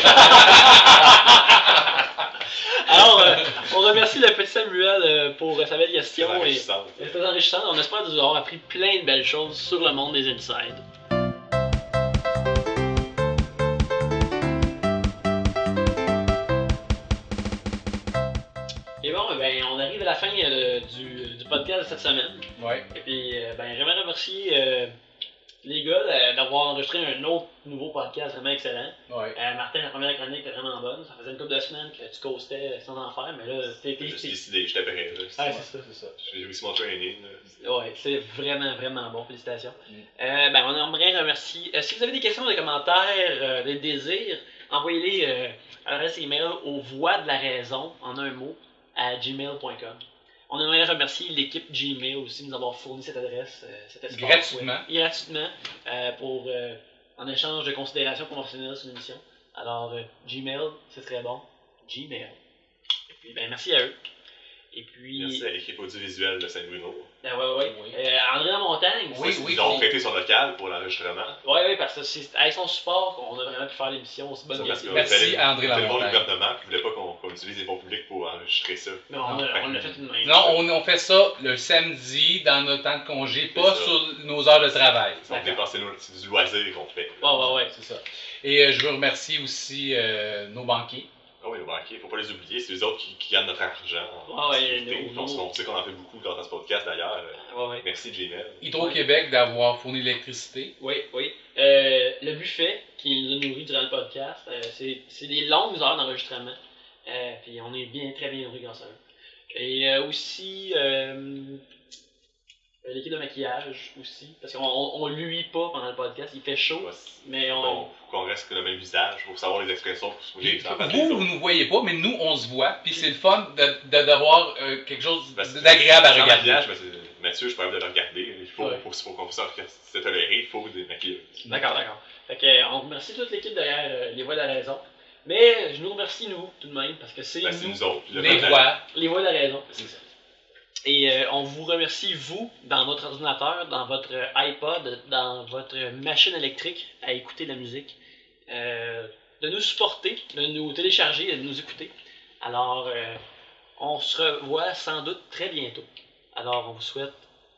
Alors, euh, on remercie le petit Samuel euh, pour sa belle question. Très Et enrichissante. c'est très enrichissant. On espère vous avoir appris plein de belles choses sur le monde des insides. Et bon, ben, on arrive à la fin euh, du, du podcast de cette semaine. Ouais. Et puis, euh, ben, j'aimerais remercier euh, les gars euh, d'avoir enregistré un autre nouveau podcast vraiment excellent. Ouais. Euh, Martin, la première chronique était vraiment bonne. Ça faisait une couple de semaines que tu coastais sans en faire, mais là, t'es J'ai juste t'es- décidé, j'étais prêt. là. Ah, c'est ça. C'est ça. J'ai aussi mon training. là. Ouais, c'est vraiment, vraiment bon. Félicitations. Mm. Euh, ben, on aimerait remercier. Euh, si vous avez des questions, des commentaires, euh, des désirs, envoyez-les euh, à l'adresse email au voix de la raison, en un mot, à gmail point com. On aimerait remercier l'équipe Gmail aussi de nous avoir fourni cette adresse, euh, cet espace. Gratuitement. Ouais, gratuitement, euh, pour, euh, en échange de considération promotionnelle sur l'émission. Alors, euh, Gmail, c'est très bon. Gmail. Et puis, ben, merci à eux. Et puis. Merci à l'équipe audiovisuelle de Saint-Bruno. Ah ouais, ouais. Oui. Euh, André Lamontagne. Oui, Ils oui. nous ont prêté son local pour l'enregistrement. Ouais, ouais, parce que c'est avec son support qu'on a vraiment pu faire l'émission aussi bonne Ça, parce qualité. qu'on Merci fallait- à André on fait le bon Lamontagne. gouvernement qui voulait pas qu'on qu'on utilise les fonds publics pour enregistrer ça. Mais on, Non, a, on l'a fait une main. Non, on, on fait ça le samedi dans notre temps de congé, C'est pas ça. sur nos heures de travail. On D'accord. dépense nos- c'est du loisir qu'on fait. Ouais, ouais, ouais. C'est ça. Et euh, je veux remercier aussi euh, nos banquiers. Ah oui, nos banquiers, faut pas les oublier, c'est les autres qui, qui gagnent notre argent. en Ah ouais, exclusivité. nos- on, nos- on sait qu'on en fait beaucoup grâce à ce podcast d'ailleurs. Ouais, ouais. Merci Gmail. Hydro-Québec d'avoir fourni l'électricité. Oui, oui. Euh, le buffet qui nous a nourris durant le podcast, euh, c'est c'est des longues heures d'enregistrement. Euh, puis on est bien, très bien nourris grâce à eux. Et euh, aussi, euh, l'équipe de maquillage aussi. Parce qu'on on, on luit pas pendant le podcast, il fait chaud. Ouais, Mais on. Bon, faut qu'on reste le même visage, faut savoir les expressions pour se Puis, bouger. vous, vous nous voyez pas, mais nous, on se voit. Puis c'est le fun de- de- d'avoir euh, quelque chose Parce que d'agréable à sans regarder. maquillage, ben, c'est- Mathieu, je suis pas capable de le regarder. Il faut, Ouais. faut, faut qu'on fasse se tolérer, il faut des maquillages. D'accord, d'accord. Fait que, euh, on remercie toute l'équipe derrière euh, les voix de la raison. Mais je nous remercie, nous, tout de même, parce que c'est Ben, c'est nous, nous autres. puis le Les peuple- voix. les voix de la raison. C'est ça. Et euh, on vous remercie, vous, dans votre ordinateur, dans votre iPod, dans votre machine électrique à écouter de la musique, euh, de nous supporter, de nous télécharger et de nous écouter. Alors, euh, on se revoit sans doute très bientôt. Alors, on vous souhaite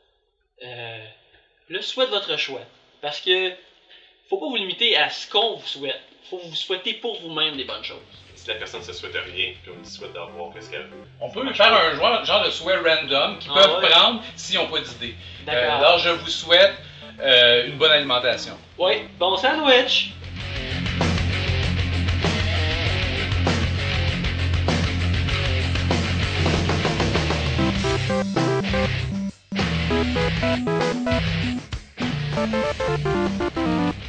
euh, le souhait de votre choix. Parce que faut pas vous limiter à ce qu'on vous souhaite. Faut vous souhaiter pour vous-même des bonnes choses. Si la personne ne se souhaite rien, puis on lui souhaite d'avoir qu'est-ce qu'elle veut. On peut faire un genre, genre de souhait random qu'ils Ah peuvent ouais. prendre s'ils n'ont pas d'idée. Euh, D'accord. alors, je vous souhaite euh, une bonne alimentation. Oui, bon sandwich! Thank you.